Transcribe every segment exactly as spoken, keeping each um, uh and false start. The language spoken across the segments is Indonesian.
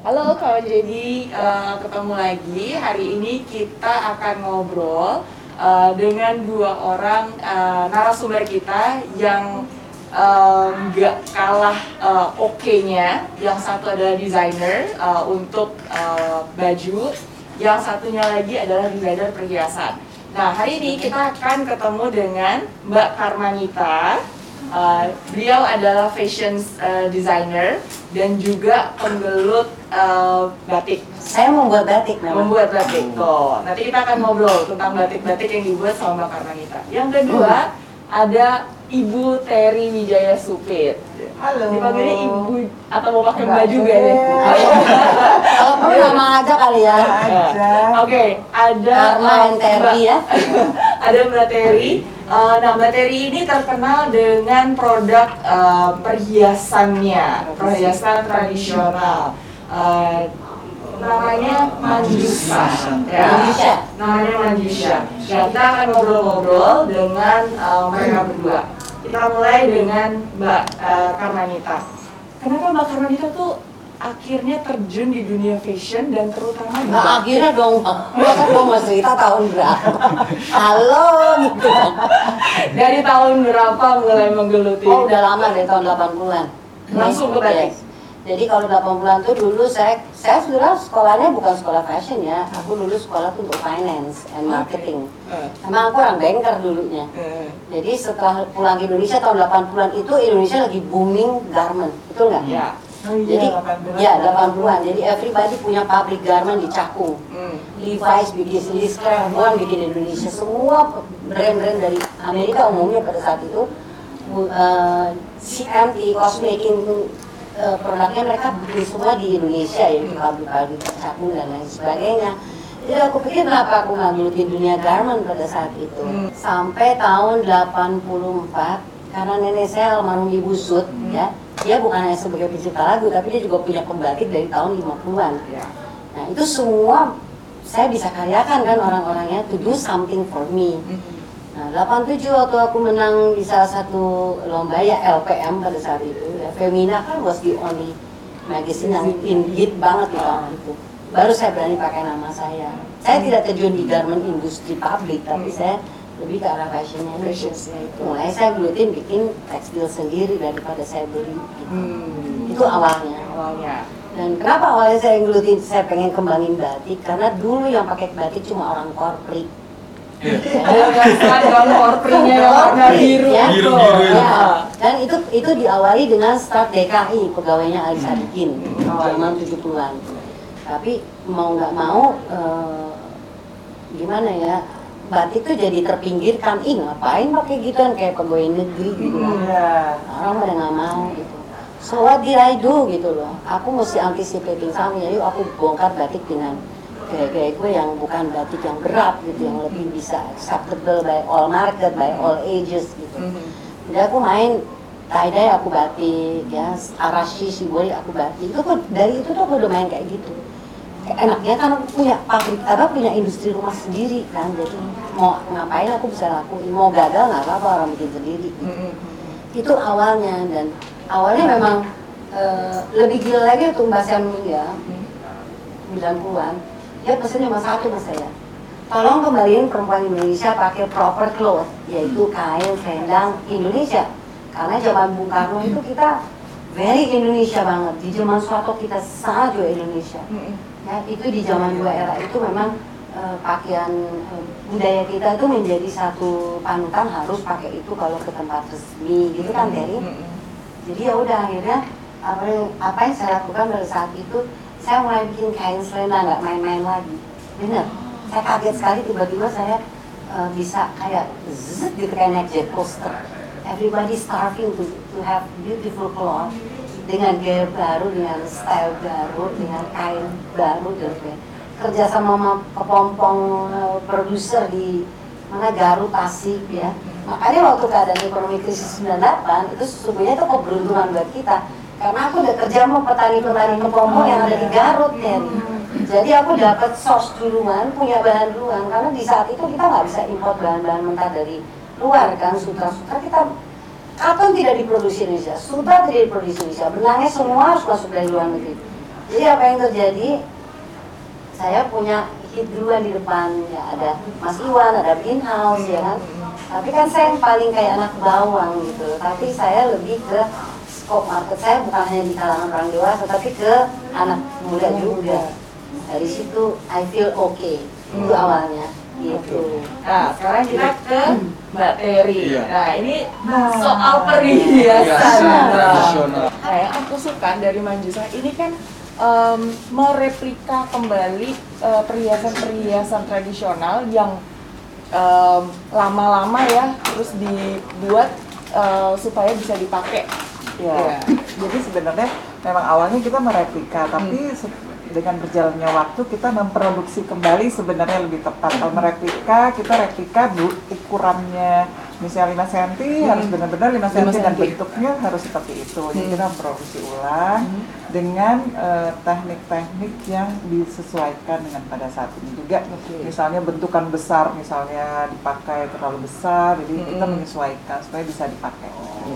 Halo kawan jadi, uh, ketemu lagi. Hari ini kita akan ngobrol uh, dengan dua orang uh, narasumber kita yang nggak uh, kalah uh, oke-nya. Yang satu adalah desainer uh, untuk uh, baju, yang satunya lagi adalah desainer perhiasan. Nah, hari ini kita akan ketemu dengan Mbak Karmanita. Uh, beliau adalah fashion uh, designer dan juga penggelut uh, batik. Saya membuat batik memang. Membuat batik. Oh, nanti kita akan ngobrol tentang batik-batik yang dibuat sama Mbak Karmanita. Yang kedua ada Ibu Terry Wijaya Supit. Halo. Dipanggilnya Ibu atau mau pakai Mbak juga nih? Kalau perlu nama aja kali ya. Oke, okay, ada uh, Terry ya. Ada Mbak Terry. Uh, nah, Mbak Terry ini terkenal dengan produk uh, perhiasannya, perhiasan tradisional. Uh, namanya Manjusa, ya. Manjusa. Namanya Manjusa. Nah, kita akan ngobrol-ngobrol dengan uh, mereka berdua. Kita mulai dengan Mbak uh, Karmanita. Kenapa Mbak Karmanita tuh akhirnya terjun di dunia fashion dan terutama di nah, akhirnya dong, gua kan mau mas cerita tahun berapa? Halo gitu. Dari tahun berapa mulai menggeluti? Oh udah lama dari tahun delapan puluhan. Langsung ke batik. Yes. Jadi kalau delapan puluhan tuh dulu saya saya sebenarnya sekolahnya bukan sekolah fashion ya. Aku lulus sekolah tuh untuk finance and marketing. Okay. Uh. Emang aku orang banker dulunya. Uh. Jadi setelah pulang ke Indonesia tahun delapan puluhan itu Indonesia lagi booming garment, betul nggak? Iya. Oh, iya, jadi ya delapan puluhan. Jadi everybody punya pabrik garment di Cakung. Hmm. Levi's bikin sendiri, sekarang bikin di Indonesia. Semua brand-brand dari Amerika umumnya pada saat itu uh, C M T, cosmaking uh, produknya mereka bikin semua di Indonesia ya, di pabrik-pabrik Cakung dan lain sebagainya. Jadi aku pikir kenapa aku nggak ngelutin dunia garment pada saat itu. Hmm. Sampai tahun delapan puluh empat karena nenek saya almarhum Ibu Sud, hmm. ya. Dia bukan hanya sebagai pencipta lagu, tapi dia juga punya pembatik dari tahun lima puluhan. Ya. Nah itu semua saya bisa karyakan kan orang-orangnya to do something for me. Nah delapan puluh tujuh waktu aku menang di salah satu lomba ya L P M pada saat itu, ya, Femina kan was the only magazine yang in hit banget di tahun itu. Baru saya berani pakai nama saya. Saya tidak terjun di garment industri publik, tapi saya lebih ke arah fashionnya itu. Mulai saya gelutin bikin tekstil sendiri daripada saya beli gitu. Hmm. Itu awalnya. Awalnya. Dan kenapa awalnya saya gelutin, saya pengen kembangin batik karena dulu yang pakai batik cuma orang korpri. Kan korprinya yang warna biru ya. Biru, biru, ya. Dan itu itu diawali dengan start D K I, pegawainya Ali Sadikin zaman tujuh puluhan. Tapi mau nggak mau eh, gimana ya, batik tuh jadi terpinggirkan. Ih ngapain pakai gituan kayak pegawai negeri gitu kan. Yeah. Orang pada nggak mau gitu. So what did I do gitu loh. Aku mesti anticipating sama, jadi aku bongkar batik dengan gaya-gaya gue yang bukan batik yang berat gitu, yang lebih bisa acceptable by all market, by all ages gitu. Jadi aku main tie-dye aku batik ya, arashi shibori aku batik. Itu kok dari itu tuh aku udah main kayak gitu. Enaknya kan aku punya pabrik, apa punya industri rumah sendiri kan, jadi mau ngapain aku bisa lakuin, mau gagal nggak apa-apa, orang bikin sendiri gitu. Mm-hmm. Itu awalnya, dan awalnya memang uh, lebih gila lagi untuk Mbak Selmia sembilan puluhan, dia pesan cuma satu ke saya, tolong kembaliin perempuan Indonesia pakai proper clothes, yaitu kain selendang Indonesia, karena zaman Bung Karno itu kita very Indonesia banget, di zaman Soeharto kita sangat juga Indonesia. Mm-hmm. Ya, itu di zaman dua era itu memang uh, pakaian uh, budaya kita itu menjadi satu panutan, harus pakai itu kalau ke tempat resmi gitu kan Terry. Jadi ya udah akhirnya apa yang, apa yang saya lakukan pada saat itu, saya mulai bikin kain selendang, nggak main-main lagi. Bener, saya kaget sekali tiba-tiba saya uh, bisa kayak zzz gitu kayak naik jet coaster. Everybody starving to to have beautiful clothes, dengan gaya baru, dengan style baru, dengan kain baru, dan kerja sama sama kepompong uh, produser di mana Garut, Tasik ya. Makanya waktu keadaan ekonomi krisis sembilan puluh delapan itu sesungguhnya itu keberuntungan buat kita, karena aku udah kerja sama petani-petani kepompong yang ada di Garut ya. Jadi aku dapat source duluan, punya bahan duluan, karena di saat itu kita nggak bisa import bahan-bahan mentah dari luar kan, sutra-sutra kita. Katon tidak diproduksi Indonesia, sutra tidak diproduksi Indonesia, benangnya semua harus masuk dari luar negeri. Jadi apa yang terjadi? Saya punya hit duluan di depan, ya ada Mas Iwan, ada in-house ya kan. Tapi kan saya yang paling kayak anak bawang gitu. Tapi saya lebih ke scope market saya bukan hanya di kalangan orang dewasa, tapi ke anak muda juga. Dari situ I feel okay. Itu awalnya gitu. Nah, sekarang kita ke Mbak Terry. Iya. Nah, ini soal perhiasan. Iya, Nah, tradisional. Nah, yang aku suka dari Manjusa ini kan em, mereplika kembali eh, perhiasan-perhiasan tradisional yang em, lama-lama ya, terus dibuat eh, supaya bisa dipakai. Ya, Iya. jadi sebenarnya memang awalnya kita mereplika, tapi se- dengan berjalannya waktu kita memproduksi kembali sebenarnya lebih tepat. Kalau mereplika, kita replika bu, ukurannya misalnya lima sentimeter Hmm. harus benar-benar lima sentimeter dan sentimeter. bentuknya harus seperti itu. Jadi Hmm. kita memproduksi ulang dengan eh, teknik-teknik yang disesuaikan dengan pada saat ini juga. Oke. Misalnya bentukan besar, misalnya dipakai terlalu besar, jadi kita Hmm. menyesuaikan supaya bisa dipakai.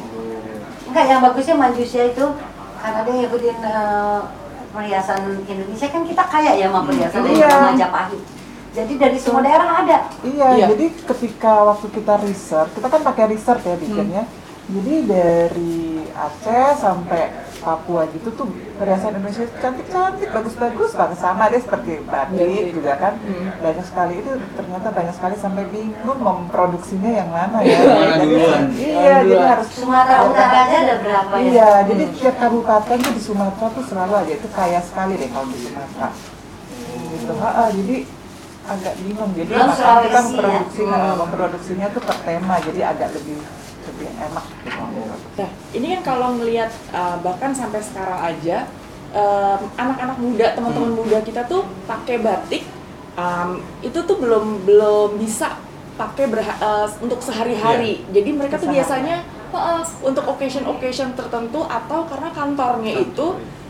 Enggak, yang bagusnya Manjusia itu karena dia ngikutin eh, perhiasan Indonesia kan kita kaya ya sama perhiasan dari Iya. Majapahit. Jadi dari semua daerah ada. Iya, Iya. jadi ketika waktu kita research, kita kan pakai research ya bikinnya. Jadi dari Aceh sampai Papua gitu tuh perhiasan Indonesia cantik-cantik, bagus-bagus banget, sama deh seperti batik Batik. juga kan. Hmm. Banyak sekali itu ternyata banyak sekali sampai bingung memproduksinya yang mana ya. Mana Jadi- duluan? Iya, Mana jadi duluan? harus Sumatera Utara aja ada berapa ya? Iya, jadi tiap kabupaten tuh di Sumatera tuh selalu aja, itu kaya sekali deh kalau di Sumatera. Gitu, ha, ha, jadi agak bingung. Jadi Belum makanya kita Sulawesi ya? memproduksi, Hmm. memproduksinya tuh per tema, jadi agak lebih lebih enak gitu. Nah, ini kan kalau ngelihat uh, bahkan sampai sekarang aja um, anak-anak muda, teman-teman muda kita tuh pakai batik um, itu tuh belum belum bisa pakai berha- uh, untuk sehari-hari. Jadi mereka tuh Bisa. biasanya uh, untuk occasion-occasion tertentu atau karena kantornya itu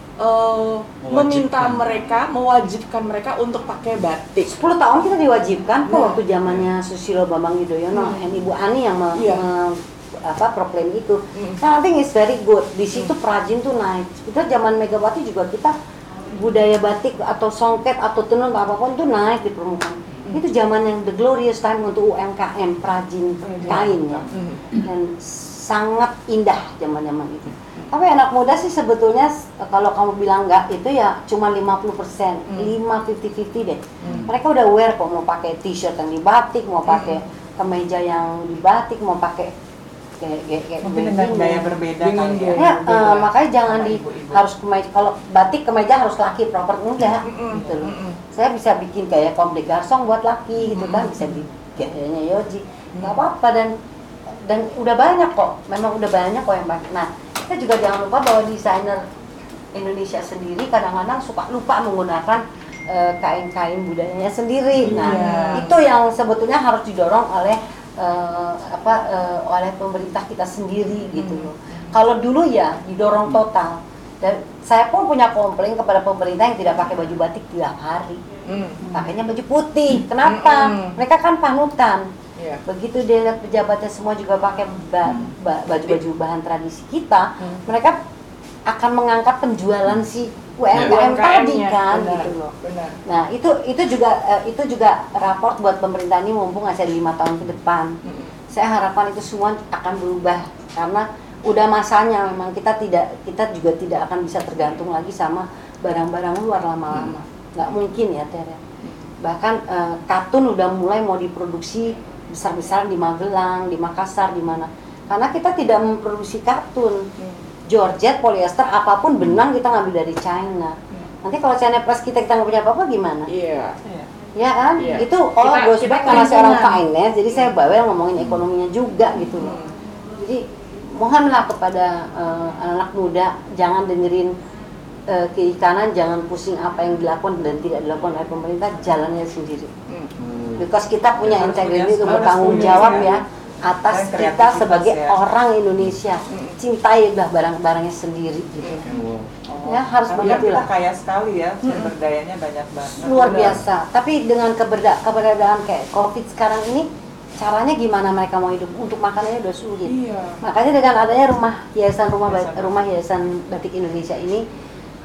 uh, meminta Mewajibkan. mereka, mewajibkan mereka untuk pakai batik. sepuluh tahun kita diwajibkan kok Nah. waktu zamannya Susilo Bambang Yudhoyono Hmm. dan Ibu Ani yang me, Iya. me- apa proklaim itu. Hmm. Nah, I think it's very good. Di situ perajin tuh naik. Kita zaman Megawati juga kita budaya batik atau songket atau tenun atau apapun tuh naik di permukaan. Itu zaman yang the glorious time untuk U M K M perajin kain ya. Hmm. Dan sangat indah zaman-zaman itu. Tapi anak muda sih sebetulnya kalau kamu bilang enggak itu ya cuma lima puluh persen, Hmm. lima puluh lima puluh deh. Hmm. Mereka udah aware kok mau pakai t-shirt yang di batik, mau pakai kemeja yang di batik, mau pakai kayak kayak kayak Mungkin dengan begini. gaya berbeda Dengan kali gaya ya. Ya, berbeda. eh, makanya jangan Sama di ibu-ibu. harus kemeja. Kalau batik kemeja harus laki proper enggak, Mm-mm. gitu loh. Mm-mm. Saya bisa bikin kayak komplek garsong buat laki gitu kan, Mm-mm. bisa di gayanya Yoji, nggak apa-apa dan dan udah banyak kok, memang udah banyak kok yang pakai. Nah, kita juga jangan lupa bahwa desainer Indonesia sendiri kadang-kadang suka lupa menggunakan eh, kain-kain budayanya sendiri. Nah, Iya. itu yang sebetulnya harus didorong oleh eh, apa eh, oleh pemerintah kita sendiri gitu loh. Kalau dulu ya didorong total. Dan saya pun punya komplain kepada pemerintah yang tidak pakai baju batik tiap hari. Hmm. Pakainya baju putih. Kenapa? Mm-mm. Mereka kan panutan. Iya. Begitu dia lihat pejabatnya semua juga pakai ba- ba- baju-baju bahan tradisi kita, Hmm. mereka akan mengangkat penjualan si U M K M tadi U M K M-nya, kan benar, gitu loh. benar. Nah, itu itu juga eh, itu juga raport buat pemerintah ini mumpung masih ada lima tahun ke depan. Mm-mm. Saya harapkan itu semua akan berubah karena udah masanya memang kita tidak kita juga tidak akan bisa tergantung lagi sama barang-barang luar lama-lama. Nggak mungkin ya, Tere. Bahkan eh, katun udah mulai mau diproduksi besar-besaran di Magelang, di Makassar, di mana. Karena kita tidak memproduksi katun. Georgette, polyester, apapun benang kita ngambil dari China. Nanti kalau China plus kita kita nggak punya apa-apa gimana? Iya. Iya. Ya kan? Iya. Itu all Kita- goes kita back karena saya orang lingkungan. finance, jadi saya bawel ngomongin ekonominya juga gitu loh. Hmm. Jadi mohonlah kepada eh, anak muda jangan dengerin eh, kiri kanan, jangan pusing apa yang dilakukan dan tidak dilakukan oleh pemerintah, jalannya sendiri. Hmm. Because kita punya Harus integriti punya- untuk harus bertanggung punya, jawab ya. ya atas Dan kita kreativitas, sebagai ya. orang Indonesia. Hmm. Cintailah barang-barangnya sendiri gitu. Oh, Ya, harus karena begitu kita lah. kaya sekali ya, sumber dayanya banyak banget. Luar Benar. biasa. Tapi dengan keberda- keberadaan kayak COVID sekarang ini, caranya gimana mereka mau hidup? Untuk makanannya udah sulit. Iya. Makanya dengan adanya rumah hiasan rumah ba- Hiasan. rumah hiasan batik Indonesia ini,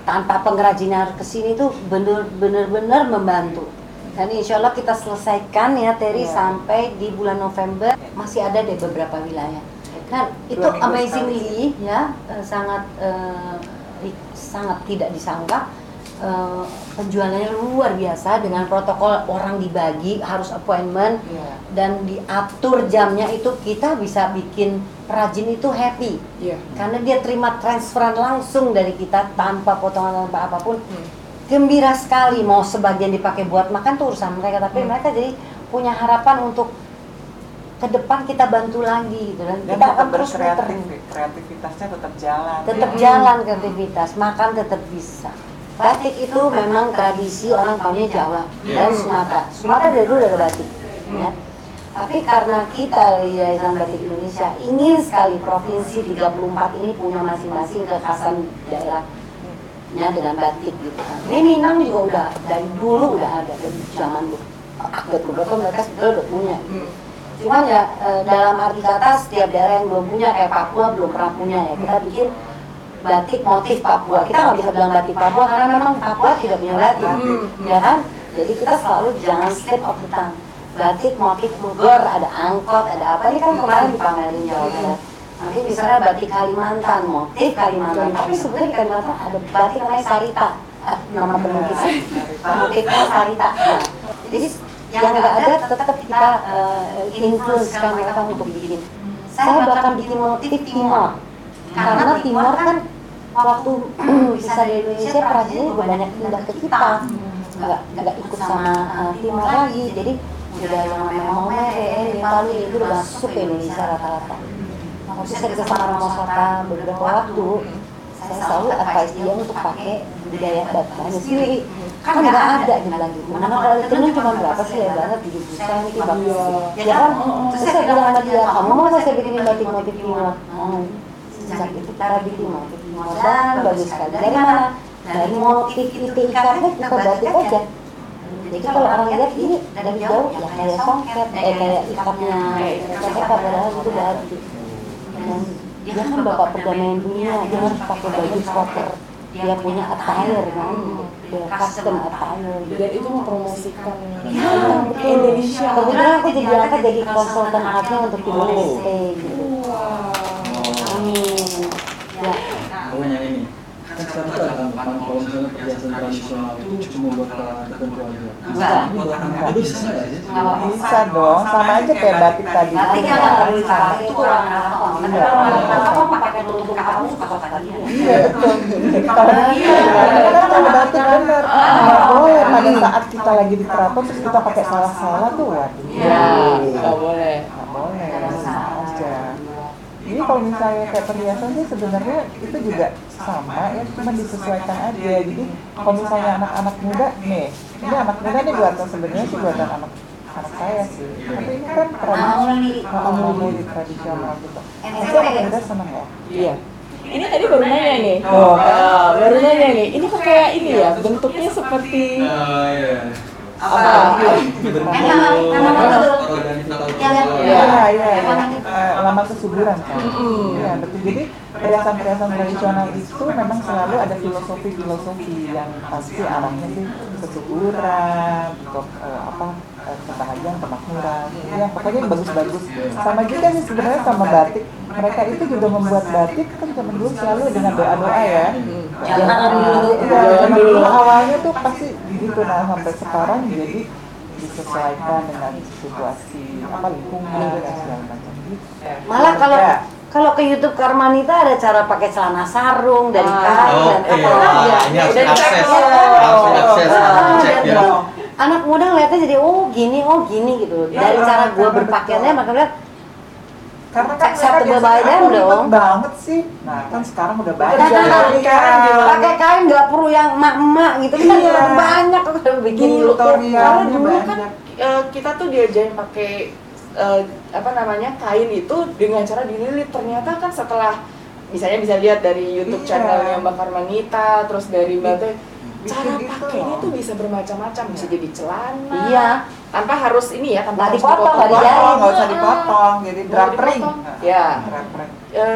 tanpa pengrajin yang kesini tuh bener-bener membantu. Dan insya Allah kita selesaikan ya Terry, yeah. sampai di bulan November. Masih ada deh beberapa wilayah. Nah itu amazingly ya sangat uh, sangat tidak disangka. Uh, penjualannya luar biasa dengan protokol, orang dibagi harus appointment, yeah. dan diatur jamnya, itu kita bisa bikin perajin itu happy, yeah. karena dia terima transferan langsung dari kita tanpa potongan tanpa apapun, hmm. gembira sekali. Mau sebagian dipakai buat makan tuh urusan mereka, tapi hmm. mereka jadi punya harapan untuk ke depan kita bantu lagi gitu, dan, dan kita akan terus terus kreatif, kreativitasnya tetap jalan, tetap ya. jalan kreativitas, makan tetap bisa. Batik itu memang tradisi orang tahunya Jawa dan Sumatera. Sumatera dari dulu ada batik, ya. Tapi karena kita di Yayasan Batik Indonesia ingin sekali provinsi tiga puluh empat ini punya masing-masing kekhasan daerahnya dengan batik gitu kan. Ini Minang juga udah dari dulu udah ada, dari zaman dulu. Ada beberapa mereka sebetulnya udah punya. Cuman ya dalam arti kata setiap daerah yang belum punya, kayak Papua belum pernah punya ya. Kita bikin batik motif Papua. Kita nggak bisa bilang batik Papua karena memang Papua tidak punya batik, hmm. ya kan? Jadi kita selalu jangan slip of the tongue. Batik motif Bogor, ada angkot, ada apa, ini kan kemarin dipamerin Jawa Barat. Nanti misalnya batik Kalimantan, motif Kalimantan, tapi sebenarnya di Kalimantan ada batik namanya Sarita, eh, nama teman kita, motifnya Sarita. Nah, jadi yang nggak ada tetap kita uh, influence mereka untuk bikin. Saya bahkan bikin motif Timor, karena Timor kan waktu bisa di Indonesia perajinnya juga banyak pindah ke kita, nggak nggak ikut sama uh, Timor lagi, jadi udah yang namanya Mome, eh, Palu itu udah masuk ke Indonesia rata-rata. Waktu saya ke Semarang Mosota beberapa waktu, saya selalu advise dia untuk pakai budaya batiknya sendiri, kan nggak ada nih lagi. Mana kalau tenun cuma berapa sih lebarnya tujuh juta ini bagus, ya kan? Terus saya bilang sama dia, kamu mau nggak saya bikinin batik motif Timor? Sejak itu kita bikin motif modal bagus sekali. Dari mana? Dari motif itu ikatnya kita batik aja. Jadi kalau orang lihat ini dari jauh ya kayak songket, eh kayak ikatnya, kayak padahal itu batik. Dan dia kan bapak perdamaian dunia, dia harus pakai baju proper. Dia punya attire kan, dia custom attire. Dan itu mempromosikan ya, Indonesia. Kebetulan aku jadi angkat jadi konsultan artnya untuk Timor Leste gitu. Amin. Ya. Pokoknya ini, kan sekarang kita akan paham kalau misalnya perhiasan tradisional itu cuma buat kalangan tertentu aja. Enggak. Itu bisa nggak sih? Bisa dong, sama aja kayak batik tadi. Batik yang nggak bisa, itu kurang apa? Kenapa pakai tutup kamu suka tadi? Iya betul. Kalau kalau batik benar, nggak boleh pada saat kita lagi di keraton terus kita pakai salah-salah tuh, waduh. Iya, nggak boleh. Nggak boleh, sama aja. Jadi kalau misalnya kayak perhiasan sih sebenarnya itu juga sama ya, cuma disesuaikan aja. Jadi kalau misalnya anak-anak muda nih, ini anak muda nih buatan sebenarnya sih buatan anak anak saya sih. Tapi ini kan tradisi, mau di tradisional gitu. Itu anak muda seneng ya? Iya. Ini tadi baru nanya nih. Oh, uh, baru nanya nih. Ini kok kayak ini ya, bentuknya seperti Oh iya. apa? Iya, iya, iya. Lama kesuburan kan. Iya, betul. Jadi perhiasan-perhiasan tradisional itu memang selalu ada filosofi-filosofi yang pasti arahnya sih kesuburan, untuk uh, apa uh, kebahagiaan, kemakmuran. Ya, pokoknya yang bagus-bagus. Sama juga sih sebenarnya sama batik. Mereka itu juga membuat batik kan zaman dulu selalu dengan doa-doa ya. Jangan dulu. Iya, zaman dulu awalnya tuh pasti gitu, nah sampai sekarang jadi disesuaikan dengan situasi apa lingkungan dan segala macam gitu. Malah kalau kalau ke YouTube Karmanita ada cara pakai celana sarung dari kain dan apa aja. Ini harus akses, harus akses, cek ya. Anak muda ngeliatnya jadi oh gini, oh gini gitu. Dari cara gua berpakaiannya maka lihat karena kan satu mereka berbeda dong banget sih. Nah kan sekarang udah banyak. Pakai kain nggak perlu yang emak-emak gitu kan, iya. Banyak kok udah bikin Dulu tuh, karena Tutorialnya dulu kan banyak. uh, kita tuh diajarin pakai uh, apa namanya kain itu dengan cara dililit. Ternyata kan setelah misalnya bisa lihat dari YouTube Iya. channelnya Mbak Karmanita, terus dari Mbak Teh, cara Bikin gitu pakainya loh. tuh bisa bermacam-macam, bisa jadi celana. Iya. Tanpa harus ini ya, tanpa Nggak harus dipotong, nggak dipotong. dijahit. Nggak usah dipotong, jadi Nggak drapering. dipotong. Ya. Drapering. Eh,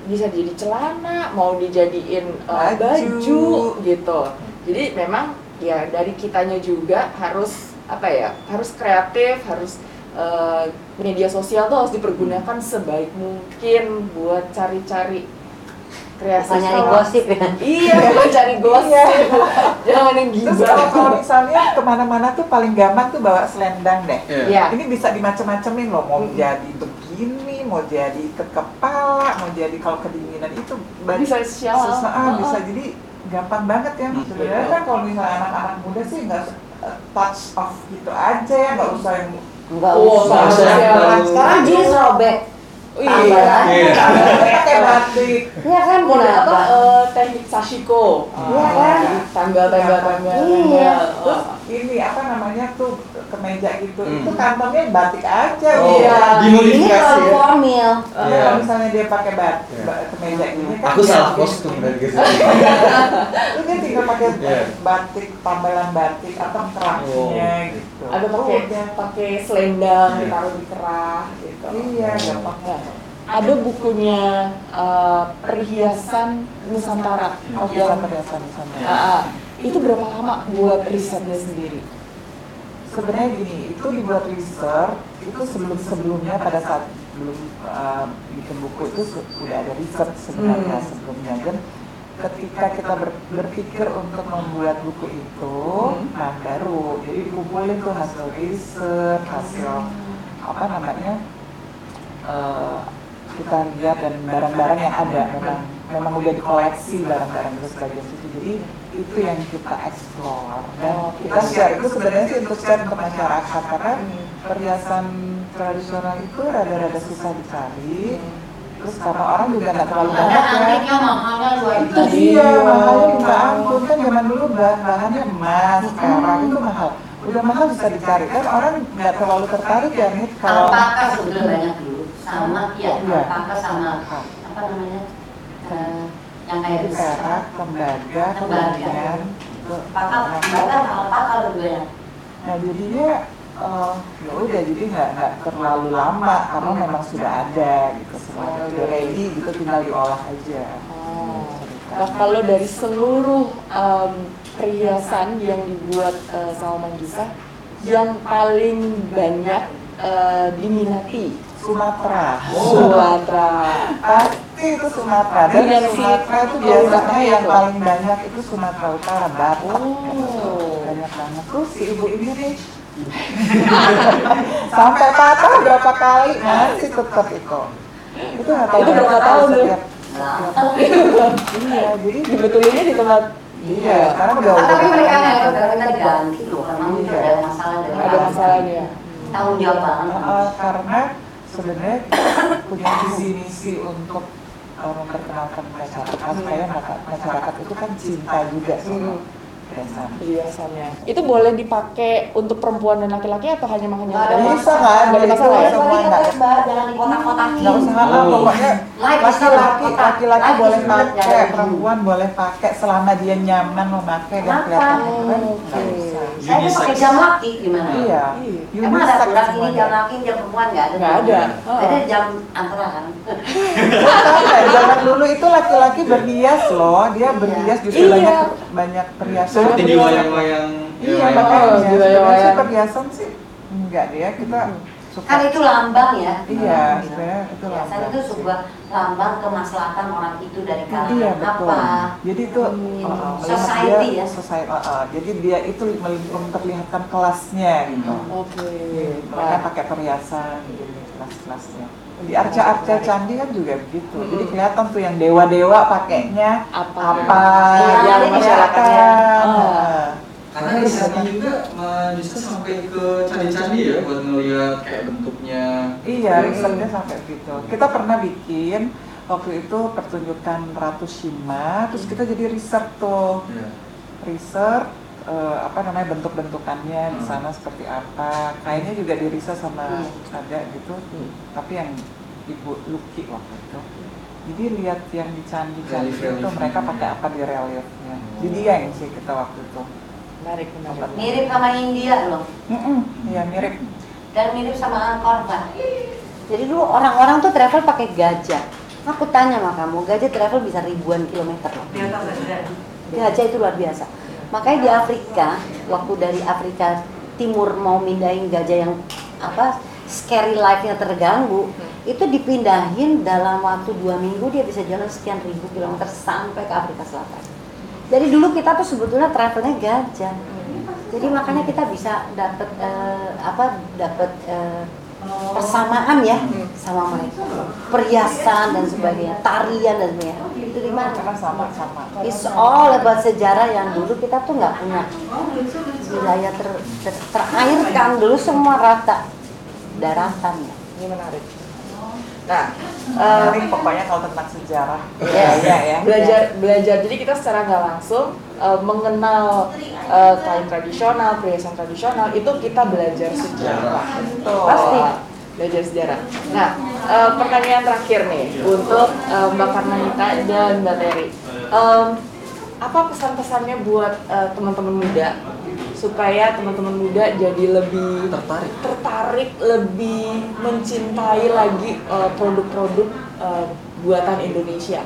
bisa jadi celana, mau dijadiin uh, Baju. baju gitu. Jadi memang ya dari kitanya juga harus apa ya, harus kreatif, harus uh, media sosial tuh harus dipergunakan sebaik mungkin buat cari-cari kreasi. Bukan nyari gosip ya. Iya, bukan cari gosip. Jangan yang Terus gila. kalau, kalau misalnya kemana-mana tuh paling gampang tuh bawa selendang deh. Iya. Iya. Ini bisa dimacem-macemin loh, mau Mm. jadi begini, mau jadi ke kepala, mau jadi kalau kedinginan itu baju Bisa sial. susah, Heeh. bisa jadi gampang banget ya. Hmm. Sebenarnya kan kalau misalnya anak-anak muda sih nggak uh, touch off gitu aja ya, nggak usah yang Enggak Oh, usah. nggak usah. Sekarang Sekarang jeans robek. Iya. Tambah lagi. Iya. pakai batik. Iya kan, Model apa? kenapa? eh, teknik sashiko. Iya kan? Tanggal-tanggal tanggal. Iya. Terus ini apa namanya tuh kemeja gitu, Hmm. itu kantongnya batik aja. Oh, Iya. Ini dimodifikasi terlalu ya. formal. Nah, Iya. kalau misalnya dia pakai bat, Iya. ba- kemeja ini kan Aku dia- salah kostum dari guys. Itu dia tinggal pakai Iya. batik, tambalan batik atau kerahnya gitu. Ada pakai Udah. pakai selendang Iya. ditaruh di kerah gitu. Iya, gampang. Nah, ada bukunya eh, perhiasan Nusantara. Oh, bisa perhiasan di sana. Ah, ah. Itu berapa lama buat risetnya sendiri? Sebenarnya gini, itu dibuat research itu sebelum-sebelumnya pada saat belum uh, bikin buku itu se- udah ada research sebenarnya Hmm. sebelumnya. Dan ketika kita ber- berpikir untuk membuat buku itu, Hmm. nah baru jadi dikumpulin tuh hasil research, hasil apa namanya uh, kita lihat dan barang-barang yang ada memang memang udah dikoleksi barang-barang itu sebagai situ. Jadi itu yang kita explore dan kita share itu sebenarnya sih untuk share untuk masyarakat karena perhiasan tradisional itu rada-rada susah dicari. Terus karena orang juga nggak terlalu Ada banyak ya. antiknya mahalnya luar Itu biasa. dia mahalnya minta ampun kan zaman dulu bah- bahannya emas, perak itu mahal. Udah mahal bisa dicari kan orang nggak terlalu tertarik ya nih kalau Alpaka sebetulnya banyak dulu. Sama ya, Iya. alpaka sama apa namanya? Eh, yang kayak jadi perak, tembaga, Tembaga. kemudian itu alpaka, alpaka, alpaka berdua. Nah jadinya eh, ya udah jadi nggak nggak terlalu lama karena memang sudah ada gitu semuanya udah ready gitu tinggal diolah aja. Nah, kalau dari seluruh em, perhiasan yang dibuat eh, sama Manggisa, yang paling banyak eh, diminati Sumatera. Sumatera. Pasti itu Sumatera. Dan Dengan si- Sumatera itu yang biasanya banyak yang tuh. paling banyak itu Sumatera Utara, Batak. Oh. Banyak banget tuh si ibu ini nih. Sampai patah berapa kali masih tetap itu. Itu nggak tahu Itu berapa berapa tahun tuh? setiap. Iya, jadi Dibetulinnya di tempat iya, sekarang udah Ah, tapi udah- mereka nggak ikut kita diganti loh karena mungkin Iya. ada masalah dari ada masalahnya. tanggung jawab banget. Uh, karena sebenarnya punya visi misi untuk uh, memperkenalkan masyarakat supaya maka- masyarakat itu kan cinta juga sama perhiasan. Perhiasannya. Itu boleh dipakai untuk perempuan dan laki-laki atau hanya hanya Nggak ada Bisa nggak Nggak ada ada masalah ya? itu semua nggak Jangan di kotak-kotakin. nggak usah apa Oh. pokoknya Like laki-laki kotak. laki-laki Like boleh is good, pakai jangan perempuan boleh pakai selama dia nyaman memakai dan Kenapa? kelihatan keren Oh, nggak oke. usah. Saya tuh pakai jam laki gimana? Iya. Iya. Emang ada Unisex aturan ini semuanya. jam laki jam perempuan nggak ada? Nggak ada. Ada jam antara kan? Bukan, zaman dulu itu laki-laki berhias loh, dia berhias justru Iya. banyak banyak perhiasan. Seperti di wayang-wayang. Iya, wayang. makanya Oh, di sebenarnya wayang-wayang. sih perhiasan sih enggak deh ya, kita suka. Kan itu lambang ya. Iya, sebenarnya itu Perhiasan lambang. itu sebuah lambang kemaslahatan orang itu dari kalangan Iya betul. apa? Jadi itu Hmm. uh, melihat Society dia, ya. society, uh, uh, jadi dia itu mel- memperlihatkan kelasnya gitu. Hmm. Oke. Mereka pakai perhiasan gitu, kelas-kelasnya. Di arca-arca candi kan juga begitu. Mm-mm. Jadi kelihatan tuh yang dewa-dewa pakainya Apa? apa Iya, yang iya, masyarakatnya. kelihatan. Oh. Nah. Karena di sana juga bisa sampai ke candi-candi ya buat ngeliat kayak bentuknya. Iya, risetnya sampai begitu. Kita pernah bikin waktu itu pertunjukan Ratu Shima, terus kita jadi riset tuh, Iya. riset eh, apa namanya bentuk-bentukannya di Hmm. sana seperti apa. Kayaknya juga di riset sama Hmm. ada gitu, Hmm. tapi yang Ibu Luki waktu itu. Jadi lihat yang di candi-candi Relief-relief. itu mereka pakai apa di reliefnya. Hmm. Di Dieng sih kita waktu itu. Menarik, menarik. Mirip sama India loh. Mm-mm, iya mirip. Dan mirip sama Angkor Wat. Jadi dulu orang-orang tuh travel pakai gajah. Aku tanya sama kamu, gajah travel bisa ribuan kilometer loh. Di atas ada. Gajah itu luar biasa. Makanya di Afrika, waktu dari Afrika Timur mau mindahin gajah yang apa scary life-nya terganggu, hmm. itu dipindahin dalam waktu dua minggu dia bisa jalan sekian ribu kilometer sampai ke Afrika Selatan. Jadi dulu kita tuh sebetulnya travelnya gajah. Jadi makanya kita bisa dapat uh, apa dapat uh, persamaan ya sama mereka, perhiasan dan sebagainya, tarian dan sebagainya. Itu di mana? Karena sama-sama. It's all about sejarah yang dulu kita tuh nggak punya wilayah ter, ter, terairkan dulu semua rata daratan ya. Ini menarik. Nah, uh, Menarik pokoknya kalau tentang sejarah. Iya, iya ya. belajar belajar jadi kita secara nggak langsung uh, mengenal uh, kain tradisional, perhiasan tradisional itu kita belajar sejarah. Betul. Pasti belajar sejarah. Nah, uh, pertanyaan terakhir nih untuk uh, Mbak Karnanita dan Mbak Terry. Um, apa pesan-pesannya buat uh, teman-teman muda supaya teman-teman muda jadi lebih Tertarik. tertarik, lebih mencintai lagi uh, produk-produk uh, buatan Indonesia?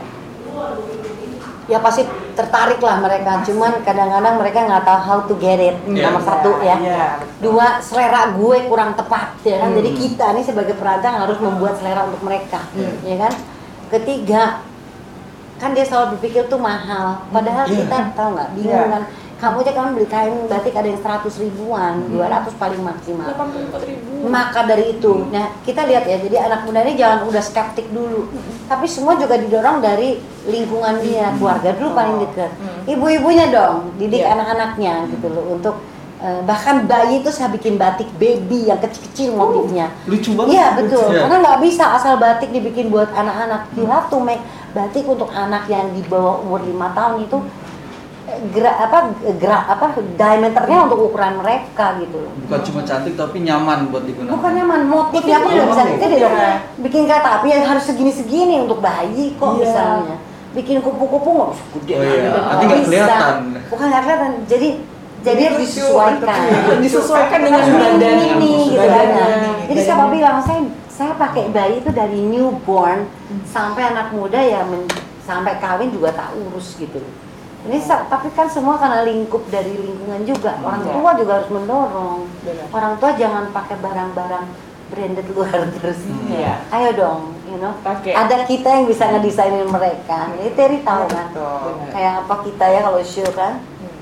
Ya pasti tertarik lah mereka, cuman kadang-kadang mereka nggak tahu how to get it. Yeah. Nomor satu ya. Iya. Dua, selera gue kurang tepat ya kan. Hmm. Jadi kita nih sebagai perancang harus membuat selera untuk mereka, Hmm. ya kan. Ketiga, kan dia selalu berpikir tuh mahal, padahal Yeah. kita tahu nggak bingung Yeah. kan. Kamu aja kan beli kain batik ada yang seratus ribuan, dua ratus paling maksimal. delapan puluh empat ribu. Maka dari itu, nah kita lihat ya, jadi anak muda ini jangan udah skeptik dulu, tapi semua juga didorong dari lingkungan dia, keluarga dulu paling dekat, ibu-ibunya dong, didik Iya. anak-anaknya gitu loh, untuk eh, bahkan bayi itu saya bikin batik baby yang kecil-kecil motifnya. Lucu banget. Iya betul, Iya. karena nggak bisa asal batik dibikin buat anak-anak, you have to make batik untuk anak yang di bawah umur lima tahun itu gerak apa gerak apa diameternya untuk ukuran mereka gitu loh. Bukan cuma cantik tapi nyaman buat digunakan. Bukan nyaman, motifnya aku nggak bisa motif. itu deh dong. Iya. Bikin kereta api yang harus segini-segini untuk bayi kok Iya. misalnya. Bikin kupu-kupu nggak bisa gede Oh iya, gitu. nanti Nggak nggak bisa. kelihatan. Bukan nggak kelihatan. Jadi jadi harus lucu, disesuaikan. betul. Disesuaikan dengan Harus badan ini gitu kan. badannya. Jadi siapa bilang saya saya pakai bayi itu dari newborn sampai anak muda ya men, sampai kawin juga tak urus gitu. Ini sa- tapi kan semua karena lingkup dari lingkungan juga. Orang Iya. tua juga harus mendorong. Benar. Orang tua jangan pakai barang-barang branded luar terus. Iya. Ayo dong, you know. Pakai. Ada kita yang bisa ngedesainin mereka. Jadi Terry tahu kan. Betul. Kayak apa kita ya kalau show kan.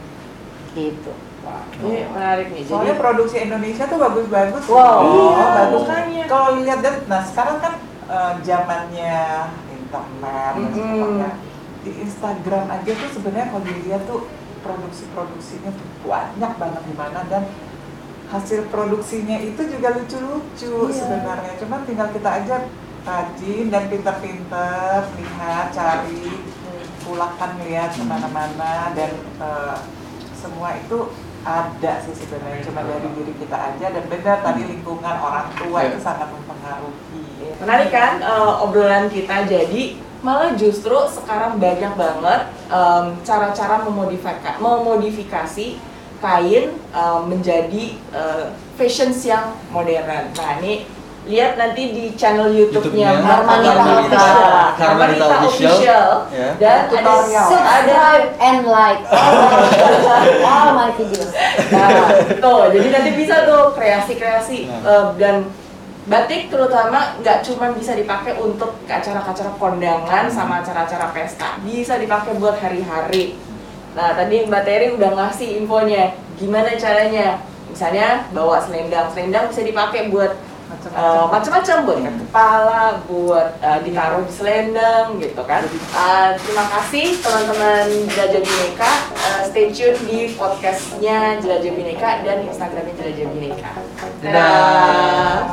Gitu. Ini menarik nih. Soalnya Jadi produksi Indonesia tuh bagus-bagus. Wow. Oh, Iya, bagus. makanya. Kalau lihat dan nah sekarang kan eh, zamannya internet dan Mm-mm. sebagainya. Di Instagram aja tuh sebenarnya kalau dilihat tuh produksi-produksinya tuh banyak banget di mana dan hasil produksinya itu juga lucu-lucu Iya. sebenarnya. Cuman tinggal kita aja rajin dan pintar-pintar lihat, cari, pulangkan lihat kemana-mana dan eh, semua itu ada sih sebenarnya cuma dari diri kita aja dan benar tadi lingkungan orang tua Iya. itu sangat mempengaruhi. menarik kan uh, obrolan kita, jadi malah justru sekarang banyak banget um, cara-cara memodifikasi, memodifikasi kain um, menjadi uh, fashions yang modern. Nah ini lihat nanti di channel YouTube-nya YouTube-nya Karmanita Karmanita Official. Karmanita Karmanita Official. Official. Ya. Dan ada Tutorial. ada Subscribe and like all my, all my videos. Nah, tuh, jadi nanti bisa tuh kreasi-kreasi uh, dan batik terutama nggak cuma bisa dipakai untuk ke acara-acara kondangan sama acara-acara pesta, bisa dipakai buat hari-hari. Nah tadi Mbak Terry udah ngasih infonya gimana caranya, misalnya bawa selendang, selendang bisa dipakai buat uh, macam-macam, buat ikat kepala, buat uh, ditaruh di selendang gitu kan. Uh, terima kasih teman-teman Jelajah Bhinneka, uh, stay tune di podcastnya Jelajah Bhinneka dan Instagramnya Jelajah Bhinneka. Dadah.